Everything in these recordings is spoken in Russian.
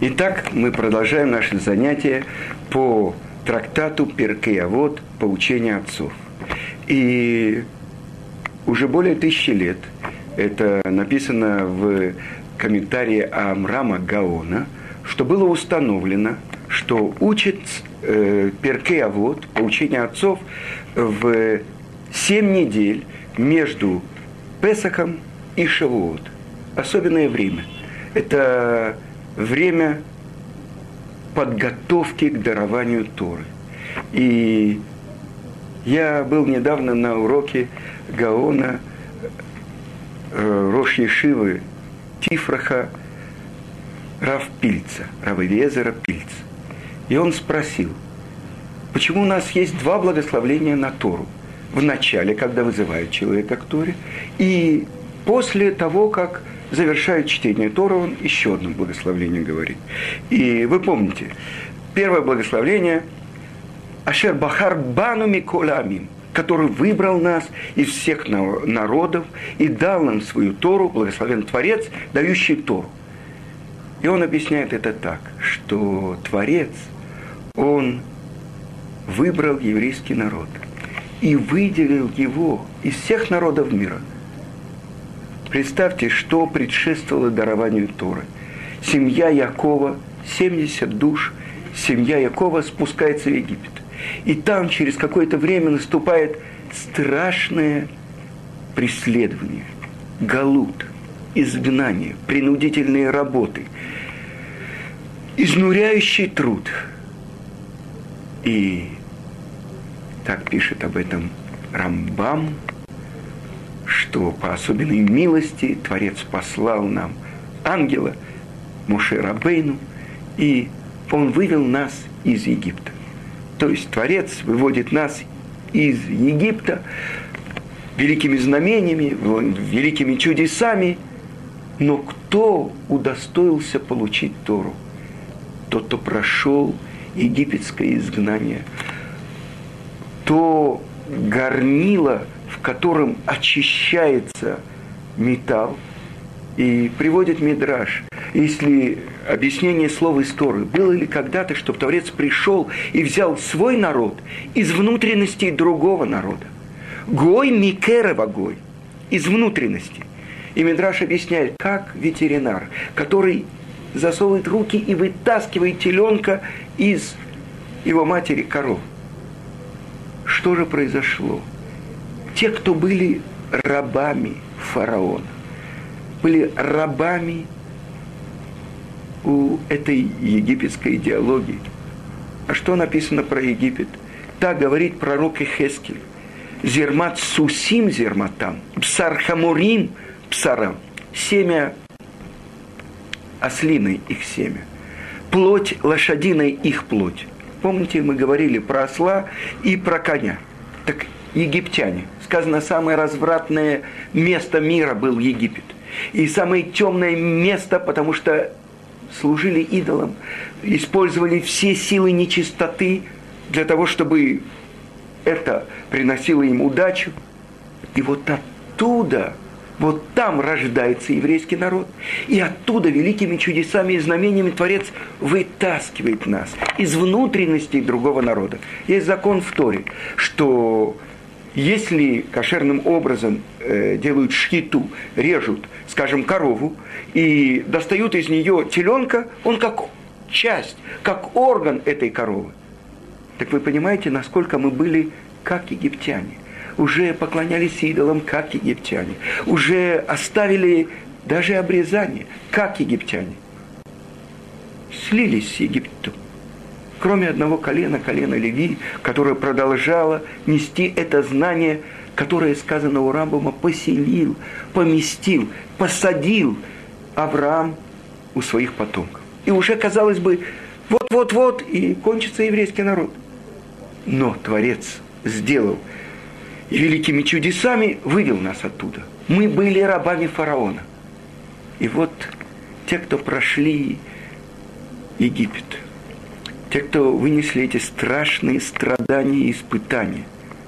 Итак, мы продолжаем наше занятие по трактату Перкей Авот «Поучение отцов». И уже более 1000 лет, это написано в комментарии Амрама Гаона, что было установлено, что учит Перкей Авот, «Поучение отцов», в 7 недель между Песахом и Шавуот. Особенное время. Это время подготовки к дарованию Торы. И я был недавно на уроке Гаона, рош ешивы Тифраха Рав Пильца, Рава Элиэзера Пильца. И он спросил, почему у нас есть 2 благословления на Тору? В начале, когда вызывают человека к Торе, и после того, как завершает чтение Торы, он еще одно благословение говорит. И вы помните, первое благословение «Ашер бахар бану микола амим», который выбрал нас из всех народов и дал нам свою Тору, благословен Творец, дающий Тору. И он объясняет это так, что Творец, он выбрал еврейский народ и выделил его из всех народов мира. Представьте, что предшествовало дарованию Торы. Семья Якова, 70 душ, семья Якова спускается в Египет. И там через какое-то время наступает страшное преследование, галут, изгнание, принудительные работы, изнуряющий труд. И так пишет об этом Рамбам, что по особенной милости Творец послал нам ангела Моше Рабейну, и он вывел нас из Египта. То есть Творец выводит нас из Египта великими знамениями, великими чудесами, но кто удостоился получить Тору? Тот, кто прошел египетское изгнание, то горнило, в котором очищается металл, и приводит Мидраш. Если объяснение слова из Торы, было ли когда-то, чтобы Творец пришел и взял свой народ из внутренностей другого народа? Гой микерева гой, из внутренности. И Мидраш объясняет, как ветеринар, который засовывает руки и вытаскивает теленка из его матери коров. Что же произошло? Те, кто были рабами фараона, были рабами у этой египетской идеологии. А что написано про Египет? Так говорит пророк Ихескель. Зермат сусим зерматам, псар хамурим псарам. Семя ослиной их семя, плоть лошадиной их плоть. Помните, мы говорили про осла и про коня. Так египтяне. Сказано, самое развратное место мира был Египет. И самое темное место, потому что служили идолам, использовали все силы нечистоты для того, чтобы это приносило им удачу. И вот оттуда, вот там рождается еврейский народ. И оттуда великими чудесами и знамениями Творец вытаскивает нас из внутренностей другого народа. Есть закон в Торе, что если кошерным образом делают шхиту, режут, скажем, корову, и достают из нее теленка, он как часть, как орган этой коровы. Так вы понимаете, насколько мы были как египтяне. Уже поклонялись идолам, как египтяне. Уже оставили даже обрезание, как египтяне. Слились с Египтом. Кроме одного колена, колена Леви, которое продолжало нести это знание, которое, сказано у Рамбама, поселил, поместил, посадил Авраам у своих потомков. И уже, казалось бы, вот-вот-вот, и кончится еврейский народ. Но Творец сделал и великими чудесами вывел нас оттуда. Мы были рабами фараона. И вот те, кто прошли Египет, те, кто вынесли эти страшные страдания и испытания,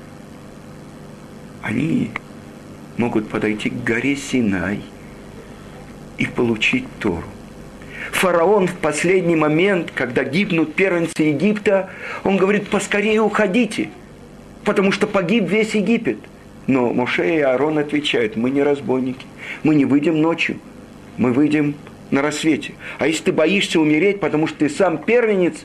они могут подойти к горе Синай и получить Тору. фараон в последний момент, когда гибнут первенцы Египта, он говорит: поскорее уходите, потому что погиб весь Египет. Но Моше и Аарон отвечают: мы не разбойники, мы не выйдем ночью, мы выйдем на рассвете. А если ты боишься умереть, потому что ты сам первенец,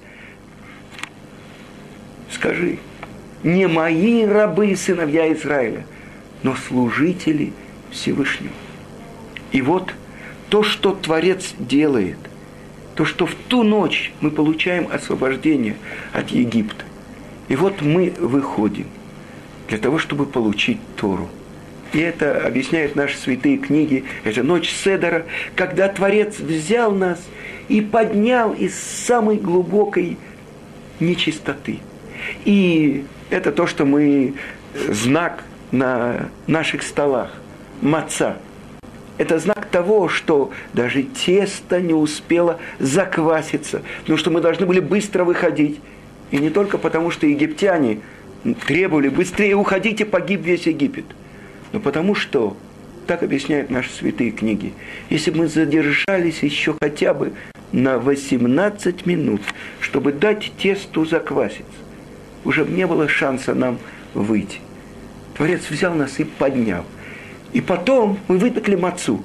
скажи: не мои рабы, сыновья Израиля, но служители Всевышнего. И вот то, что Творец делает, то, что в ту ночь мы получаем освобождение от Египта. И вот мы выходим для того, чтобы получить Тору. И это объясняют наши святые книги. Это ночь Седера, когда Творец взял нас и поднял из самой глубокой нечистоты. И это то, что мы, знак на наших столах, маца. Это знак того, что даже тесто не успело закваситься, потому что мы должны были быстро выходить. И не только потому, что египтяне требовали: быстрее уходите, погиб весь Египет. Но потому что, так объясняют наши святые книги, если бы мы задержались еще хотя бы на 18 минут, чтобы дать тесту закваситься, уже не было шанса нам выйти. Творец взял нас и поднял. И потом мы выпекли мацу.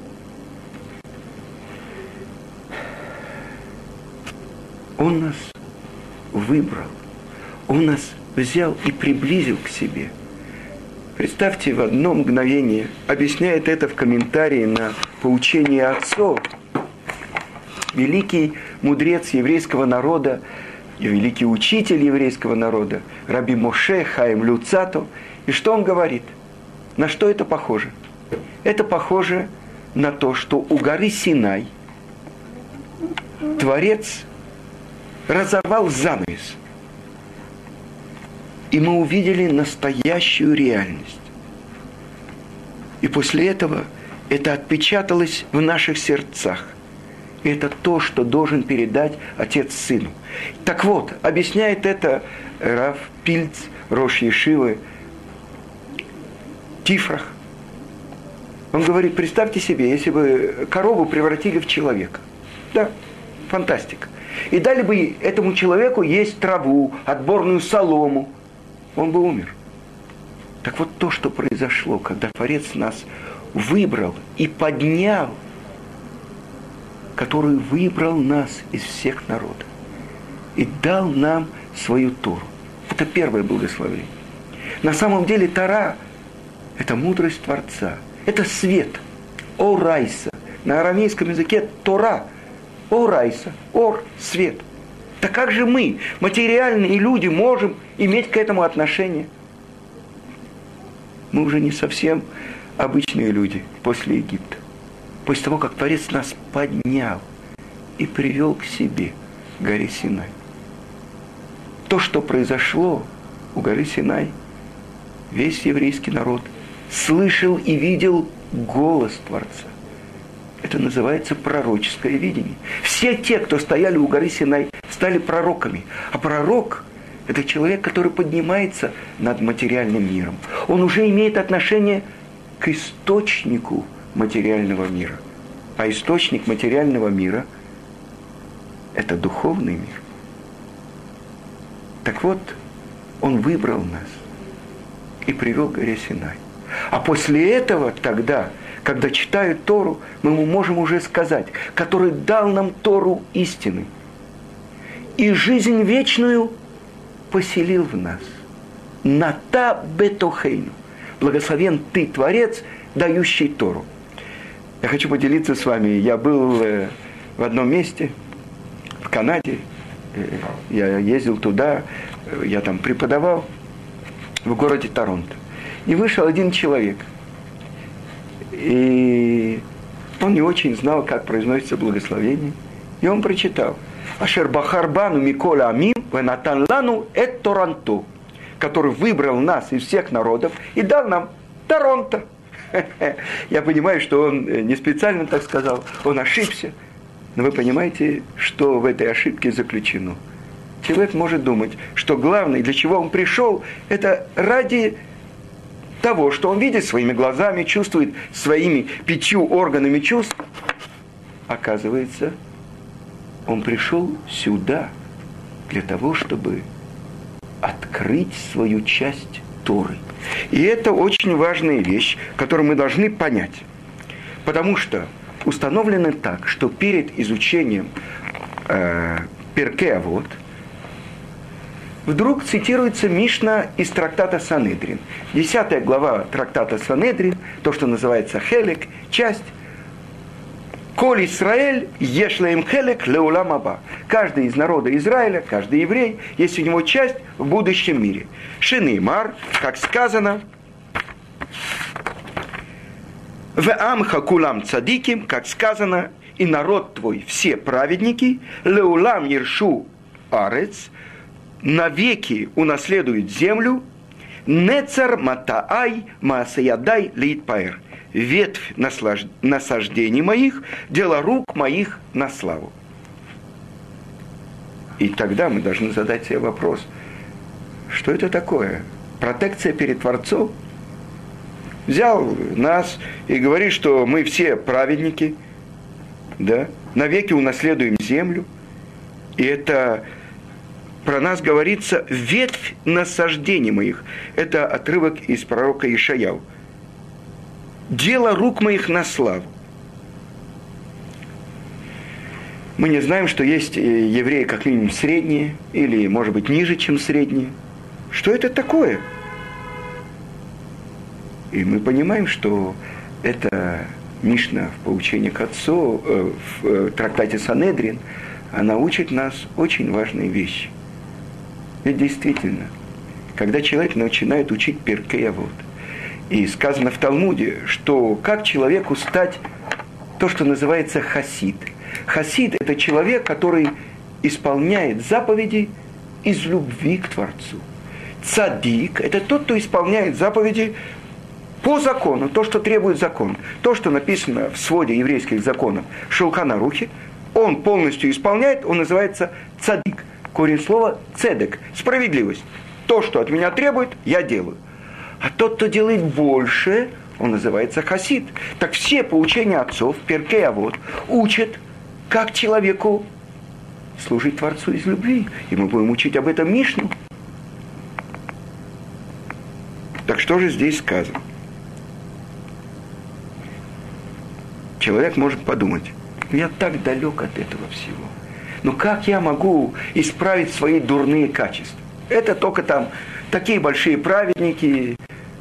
Он нас выбрал. Он нас взял и приблизил к себе. Представьте, в одно мгновение, объясняет это в комментарии на поучение отцов, великий мудрец еврейского народа и великий учитель еврейского народа, Раби Моше Хаим Люцато. И что он говорит? На что это похоже? Это похоже на то, что у горы Синай Творец разорвал занавес. И мы увидели настоящую реальность. И после этого это отпечаталось в наших сердцах. И это то, что должен передать отец сыну. Так вот, объясняет это Рав Пильц, рош ешивы Тифрах. Он говорит: представьте себе, если бы корову превратили в человека. Да, фантастика. И дали бы этому человеку есть траву, отборную солому, он бы умер. Так вот то, что произошло, когда Творец нас выбрал и поднял, который выбрал нас из всех народов и дал нам свою Тору. Это первое благословение. На самом деле Тора – это мудрость Творца, это свет, орайса. На арамейском языке Тора, орайса, ор, свет. Так как же мы, материальные люди, можем иметь к этому отношение? Мы уже не совсем обычные люди после Египта. После того, как Творец нас поднял и привел к себе, к горе Синай. То, что произошло у горы Синай, весь еврейский народ слышал и видел голос Творца. Это называется пророческое видение. Все те, кто стояли у горы Синай, стали пророками. А пророк – это человек, который поднимается над материальным миром. Он уже имеет отношение к источнику материального мира. А источник материального мира – это духовный мир. Так вот, он выбрал нас и привел к горе Синай. А после этого тогда, когда читают Тору, мы можем уже сказать, который дал нам Тору истины и жизнь вечную поселил в нас. Ната бетохейну. Благословен ты, Творец, дающий Тору. Я хочу поделиться с вами. Я был в одном месте, в Канаде. Я ездил туда, я там преподавал в городе Торонто. И вышел один человек. И он не очень знал, как произносится благословение. И он прочитал: Ашер бахарбану микола амим венатан лану эт Торонто, который выбрал нас из всех народов и дал нам Торонто. Я понимаю, что он не специально так сказал, он ошибся. Но вы понимаете, что в этой ошибке заключено. Человек может думать, что главное, для чего он пришел, это ради того, что он видит своими глазами, чувствует своими 5 органами чувств. Оказывается, Он пришел сюда для того, чтобы открыть свою часть Торы. И это очень важная вещь, которую мы должны понять. Потому что установлено так, что перед изучением Перкей Авот вдруг цитируется Мишна из трактата Санедрин. 10 глава трактата Санедрин, то, что называется Хелек, часть. Коль Исраэль, ешлаем хелек леулам аба. Каждый из народа Израиля, каждый еврей, есть у него часть в будущем мире. Шинеймар, как сказано, в амха кулам цадиким, как сказано, и народ твой все праведники, леулам ершу арец, навеки унаследуют землю, нецар матаай маасаядай литпаэр. Ветвь насаждений моих, дело рук моих на славу. И тогда мы должны задать себе вопрос, что это такое? Протекция перед Творцом? Взял нас и говорит, что мы все праведники, да, навеки унаследуем землю. И это про нас говорится ветвь насаждений моих. Это отрывок из пророка Ишаяу. Дело рук моих на славу. Мы не знаем, что есть евреи как минимум средние, или, может быть, ниже, чем средние. Что это такое? И мы понимаем, что это Мишна в поучениях отцов, в трактате Санедрин, она учит нас очень важные вещи. Ведь действительно, когда человек начинает учить Перкей Авот, и сказано в Талмуде, что как человеку стать то, что называется хасид. Хасид – это человек, который исполняет заповеди из любви к Творцу. Цадик – это тот, кто исполняет заповеди по закону, то, что требует закон. То, что написано в своде еврейских законов Шулхан Арухи, он полностью исполняет, он называется цадик. Корень слова цедек – справедливость. То, что от меня требует, я делаю. А тот, кто делает больше, он называется хасид. Так все поучения отцов, Перкей Авот, учат, как человеку служить Творцу из любви. И мы будем учить об этом Мишну. Так что же здесь сказано? Человек может подумать, я так далек от этого всего. Но как я могу исправить свои дурные качества? Это только там такие большие праведники,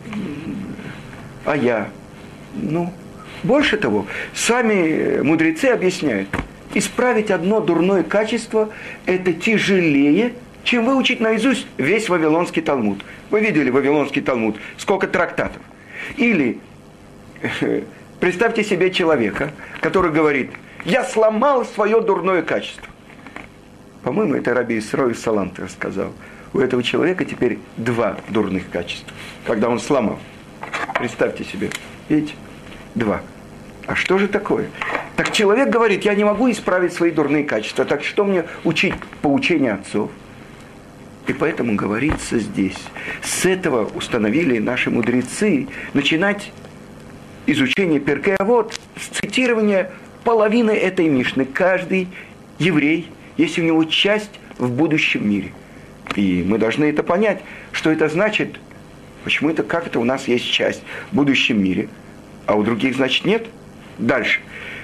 а я. Больше того, сами мудрецы объясняют, исправить одно дурное качество – это тяжелее, чем выучить наизусть весь Вавилонский Талмуд. Вы видели Вавилонский Талмуд, сколько трактатов. Или представьте себе человека, который говорит, я сломал свое дурное качество. По-моему, это Раби Исроэль Салантер сказал. У этого человека теперь 2 дурных качества, когда он сломал. Представьте себе, видите, 2. А что же такое? Так человек говорит, я не могу исправить свои дурные качества, так что мне учить поучения отцов? И поэтому говорится здесь, с этого установили наши мудрецы, начинать изучение Перкей Авот с цитирования половины этой Мишны. Каждый еврей, есть у него часть в будущем мире. И мы должны это понять, что это значит, почему это, как это у нас есть часть в будущем мире, а у других, значит, нет. Дальше.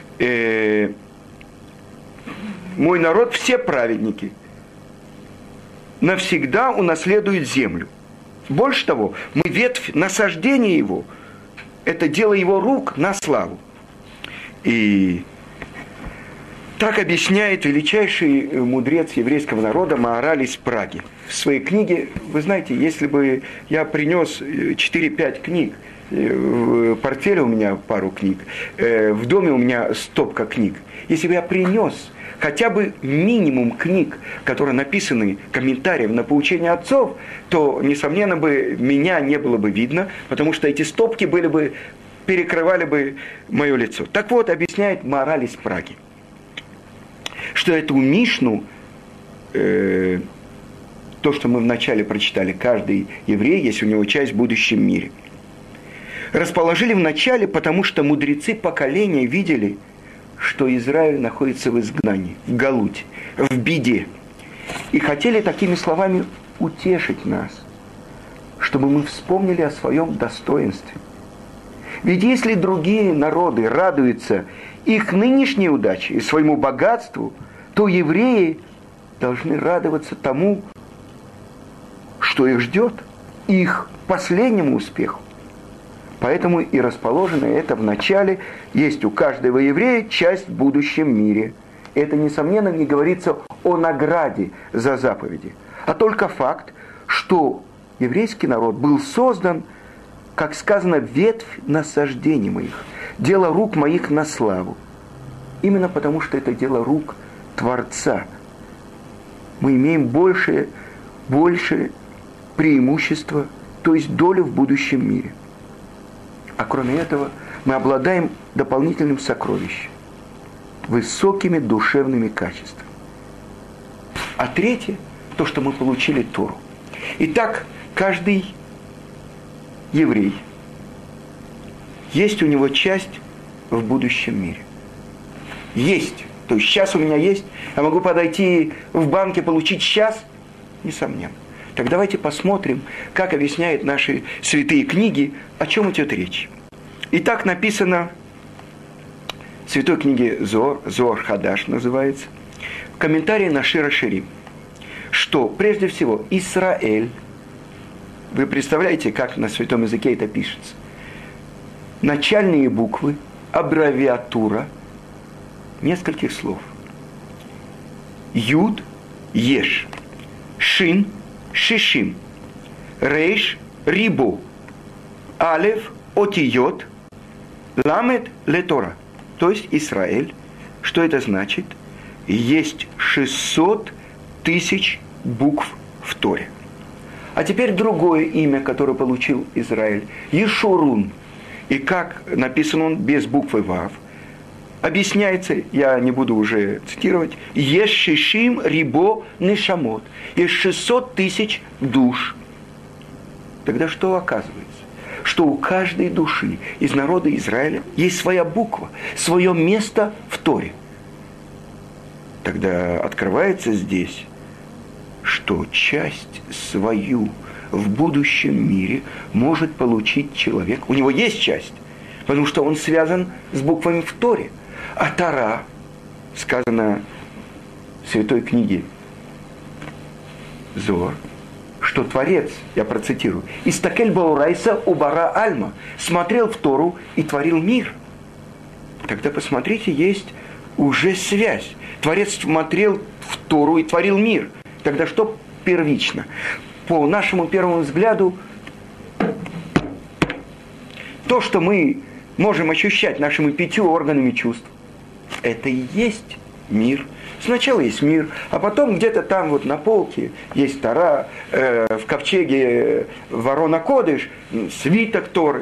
Мой народ все праведники. Навсегда унаследуют землю. Больше того, мы ветвь насаждения его. Это дело его рук на славу. И так объясняет величайший мудрец еврейского народа Маораль из Праги. В своей книге, вы знаете, если бы я принес 4-5 книг, в портфеле у меня пару книг, в доме у меня стопка книг. Если бы я принес хотя бы минимум книг, которые написаны комментарием на поучение отцов, то, несомненно, бы меня не было бы видно, потому что эти стопки перекрывали бы мое лицо. Так вот, объясняет Маораль из Праги, что эту Мишну, то, что мы вначале прочитали, каждый еврей, есть у него часть в будущем мире, расположили в начале, потому что мудрецы поколения видели, что Израиль находится в изгнании, в галуте, в беде. И хотели такими словами утешить нас, чтобы мы вспомнили о своем достоинстве. Ведь если другие народы радуются их нынешней удаче и своему богатству, то евреи должны радоваться тому, что их ждет, их последнему успеху. Поэтому и расположено это в начале, есть у каждого еврея часть в будущем мире. Это, несомненно, не говорится о награде за заповеди, а только факт, что еврейский народ был создан, как сказано, ветвь насаждений моих, дело рук моих на славу. Именно потому, что это дело рук Творца. Мы имеем больше преимущества, то есть долю в будущем мире. А кроме этого, мы обладаем дополнительным сокровищем, высокими душевными качествами. А третье, то, что мы получили Тору. Итак, каждый еврей, есть у него часть в будущем мире. Есть. То есть сейчас у меня есть, я могу подойти в банке, получить сейчас? Несомненно. Так давайте посмотрим, как объясняют наши святые книги, о чем идет речь. Итак, написано в святой книге Зоар Хадаш называется, в комментарии на Шир ха-Ширим, что прежде всего Исраэль, вы представляете, как на святом языке это пишется, начальные буквы, аббревиатура нескольких слов. Юд, Еш, Шин, Шишим, Рейш, Рибо, Алев, Отиот, Ламед, Летора. То есть Израиль. Что это значит? Есть 600 тысяч букв в Торе. А теперь другое имя, которое получил Израиль. Ешурун. И как написан он без буквы Вав, объясняется, я не буду уже цитировать, «Еш шишим рибо нешамот». Есть 600 тысяч душ. Тогда что оказывается? Что у каждой души из народа Израиля есть своя буква, свое место в Торе. Тогда открывается здесь, что часть свою в будущем мире может получить человек. У него есть часть, потому что он связан с буквами в Торе. А Тора, сказано в святой книге Зоар, что Творец, я процитирую, «Истакель баурайса убара альма», смотрел в Тору и творил мир. Тогда посмотрите, есть уже связь. Творец смотрел в Тору и творил мир. Тогда что первично? По нашему первому взгляду, то, что мы можем ощущать нашими 5 органами чувств, это и есть мир. Сначала есть мир, а потом где-то там вот на полке есть Тора, в ковчеге ворона Кодыш, свиток Торы,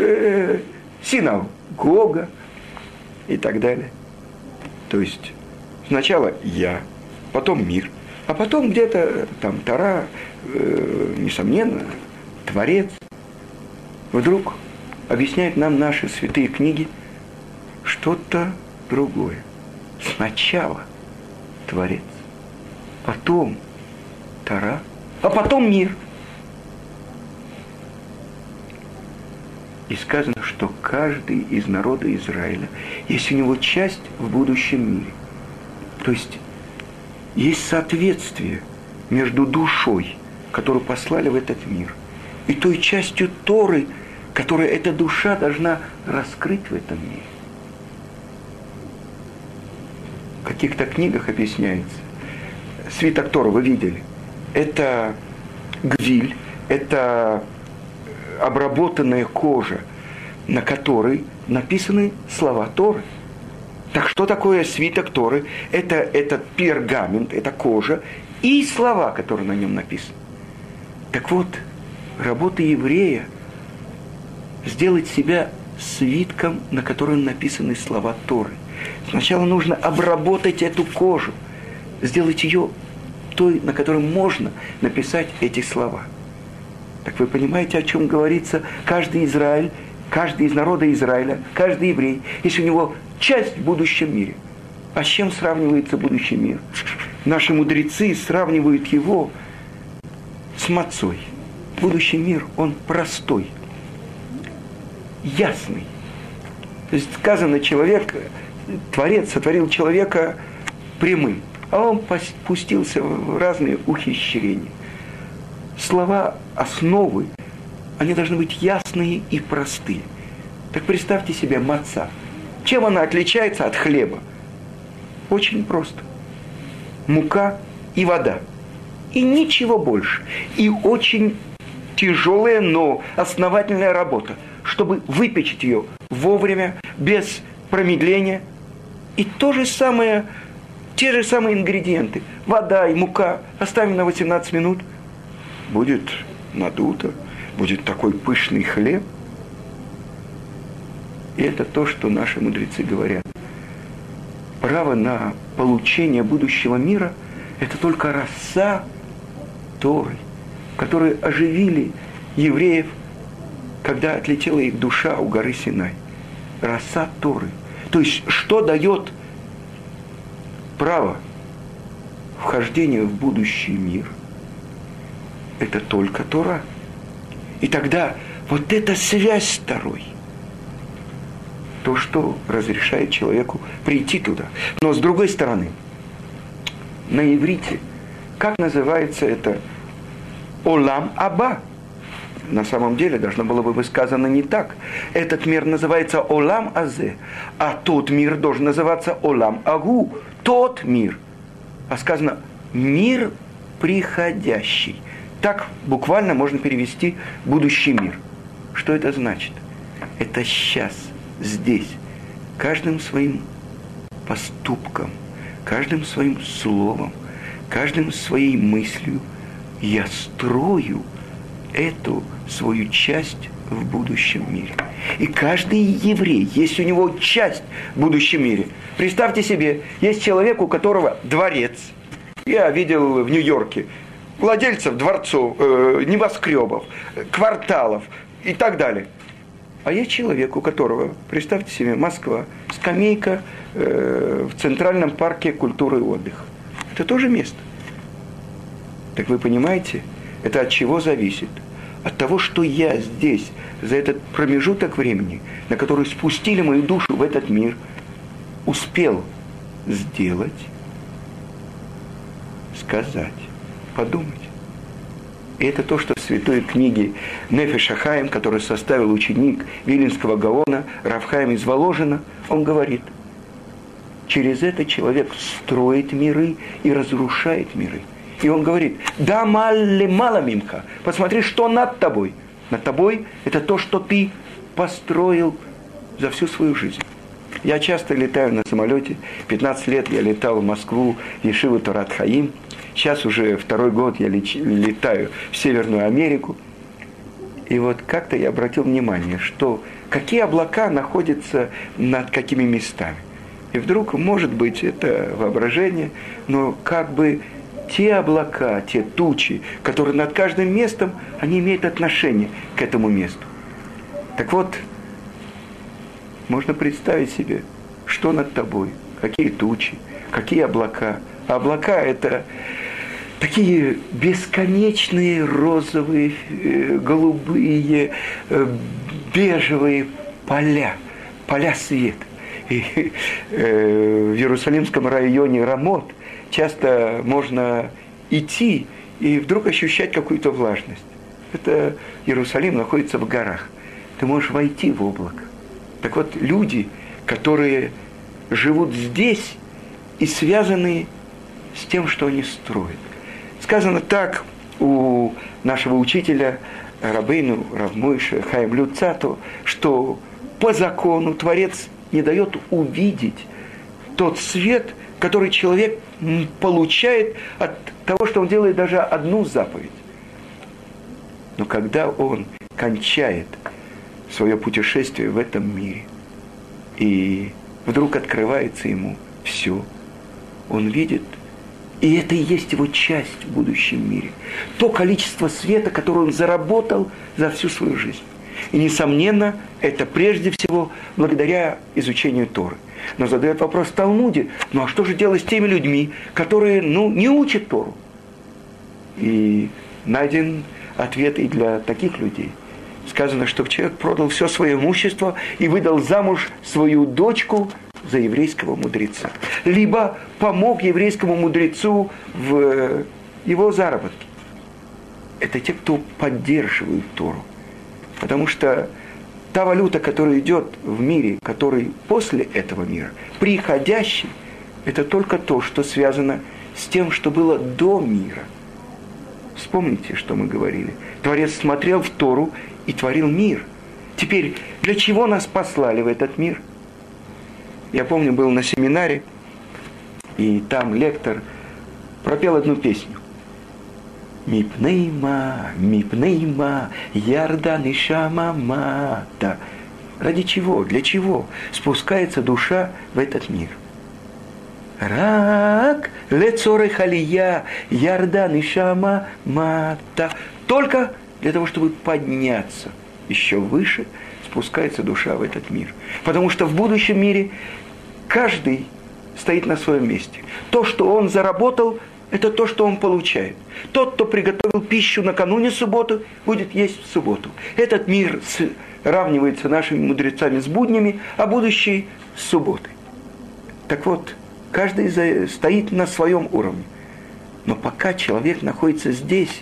синагога и так далее. То есть сначала я, потом мир, а потом где-то там Тора, несомненно, Творец. Вдруг объясняют нам наши святые книги что-то другое. Сначала Творец, потом Тора, а потом мир. И сказано, что каждый из народа Израиля, есть у него часть в будущем мире. То есть есть соответствие между душой, которую послали в этот мир, и той частью Торы, которую эта душа должна раскрыть в этом мире. В каких-то книгах объясняется. Свиток Торы вы видели. Это гвиль, это обработанная кожа, на которой написаны слова Торы. Так что такое свиток Торы? Это этот пергамент, это кожа и слова, которые на нем написаны. Так вот, работа еврея сделать себя свитком, на котором написаны слова Торы. Сначала нужно обработать эту кожу, сделать ее той, на которой можно написать эти слова. Так вы понимаете, о чем говорится? Каждый Израиль, каждый из народа Израиля, каждый еврей, если у него часть в будущем мире. А с чем сравнивается будущий мир? Наши мудрецы сравнивают его с мацой. Будущий мир, он простой, ясный. То есть сказано, Творец сотворил человека прямым, а он пустился в разные ухищрения. Слова, основы, они должны быть ясные и простые. Так представьте себе маца. Чем она отличается от хлеба? Очень просто. Мука и вода. И ничего больше. И очень тяжелая, но основательная работа, чтобы выпечь ее вовремя, без промедления. И те же самые ингредиенты. Вода и мука оставим на 18 минут. Будет надуто, будет такой пышный хлеб. И это то, что наши мудрецы говорят. Право на получение будущего мира – это только роса Торы, которые оживили евреев, когда отлетела их душа у горы Синай. Роса Торы. То есть, что дает право вхождения в будущий мир? Это только Тора. И тогда вот эта связь с Торой, то, что разрешает человеку прийти туда. Но с другой стороны, на иврите, как называется это? Олам Аба. На самом деле, должно было бы быть сказано не так. Этот мир называется Олам Азе, а тот мир должен называться Олам Агу. Тот мир. А сказано мир приходящий. Так буквально можно перевести будущий мир. Что это значит? Это сейчас. Здесь, каждым своим поступком, каждым своим словом, каждым своей мыслью я строю эту свою часть в будущем мире. И каждый еврей, есть у него часть в будущем мире. Представьте себе, есть человек, у которого дворец. Я видел в Нью-Йорке владельцев дворцов, небоскребов, кварталов и так далее. А есть человек, у которого, представьте себе, Москва, скамейка в Центральном парке культуры и отдыха. Это тоже место. Так вы понимаете, это от чего зависит? От того, что я здесь, за этот промежуток времени, на который спустили мою душу в этот мир, успел сделать, сказать, подумать. И это то, что в святой книге Нефеш Хаим, которую составил ученик Виленского Гаона, Рав Хаим из Воложина, он говорит, через это человек строит миры и разрушает миры. И он говорит, да малли мало мимха, посмотри, что над тобой. Над тобой это то, что ты построил за всю свою жизнь. Я часто летаю на самолете, 15 лет я летал в Москву, в Ешиву Торат Хаим. Сейчас уже второй год я летаю в Северную Америку. И вот как-то я обратил внимание, что какие облака находятся над какими местами. И вдруг, может быть, это воображение, но как бы те облака, те тучи, которые над каждым местом, они имеют отношение к этому месту. Так вот, можно представить себе, что над тобой, какие тучи, какие облака. А облака – это такие бесконечные розовые, голубые, бежевые поля света. И в Иерусалимском районе Рамот часто можно идти и вдруг ощущать какую-то влажность. Это Иерусалим находится в горах. Ты можешь войти в облако. Так вот, люди, которые живут здесь и связаны с тем, что они строят. Сказано так у нашего учителя Рабейну Рав Мойше Хаим Люцату, что по закону Творец не дает увидеть тот свет, который человек получает от того, что он делает даже одну заповедь. Но когда он кончает свое путешествие в этом мире, и вдруг открывается ему все, он видит, и это и есть его часть в будущем мире. То количество света, которое он заработал за всю свою жизнь. И, несомненно, это прежде всего благодаря изучению Торы. Но задает вопрос в Талмуде, ну а что же делать с теми людьми, которые, не учат Тору? И найден ответ и для таких людей. Сказано, что человек продал все свое имущество и выдал замуж свою дочку за еврейского мудреца. Либо помог еврейскому мудрецу в его заработке. Это те, кто поддерживают Тору. Потому что та валюта, которая идет в мире, который после этого мира, приходящий, это только то, что связано с тем, что было до мира. Вспомните, что мы говорили. Творец смотрел в Тору и творил мир. Теперь, для чего нас послали в этот мир? Я помню, был на семинаре, и там лектор пропел одну песню. Мипнейма, мипнейма, ярдан и шамамата. Ради чего? Для чего спускается душа в этот мир? Рак, лецоры халия, ярдан и шамамата. Только для того, чтобы подняться еще выше, спускается душа в этот мир. Потому что в будущем мире каждый стоит на своем месте. То, что он заработал, это то, что он получает. Тот, кто приготовил пищу накануне субботы, будет есть в субботу. Этот мир сравнивается нашими мудрецами с буднями, а будущий с субботой. Так вот, каждый стоит на своем уровне. Но пока человек находится здесь,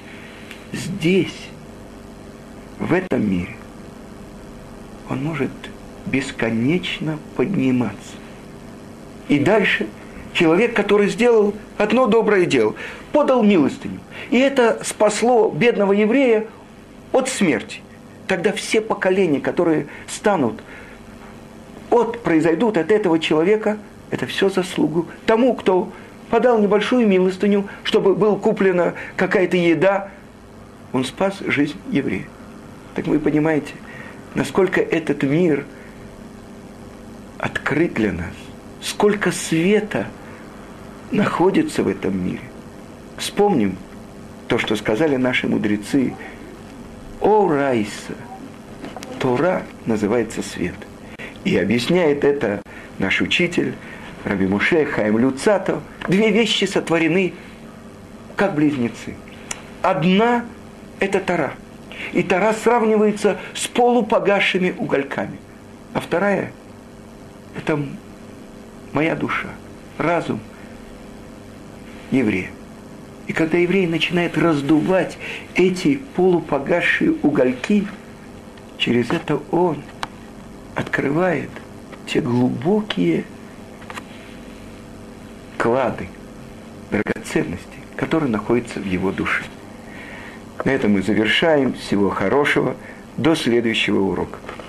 в этом мире, он может бесконечно подниматься. И дальше человек, который сделал одно доброе дело, подал милостыню. И это спасло бедного еврея от смерти. Тогда все поколения, которые произойдут от этого человека, это все заслугу тому, кто подал небольшую милостыню, чтобы была куплена какая-то еда, он спас жизнь еврея. Так вы понимаете, насколько этот мир открыт для нас, сколько света находится в этом мире. Вспомним то, что сказали наши мудрецы. О Райса, Тора называется свет. И объясняет это наш учитель Раби Моше Хаим Люцато. Две вещи сотворены как близнецы. Одна – это Тора. И Тора сравнивается с полупогасшими угольками. А вторая – это моя душа, разум еврея. И когда еврей начинает раздувать эти полупогасшие угольки, через это он открывает те глубокие клады, драгоценности, которые находятся в его душе. На этом мы завершаем. Всего хорошего. До следующего урока.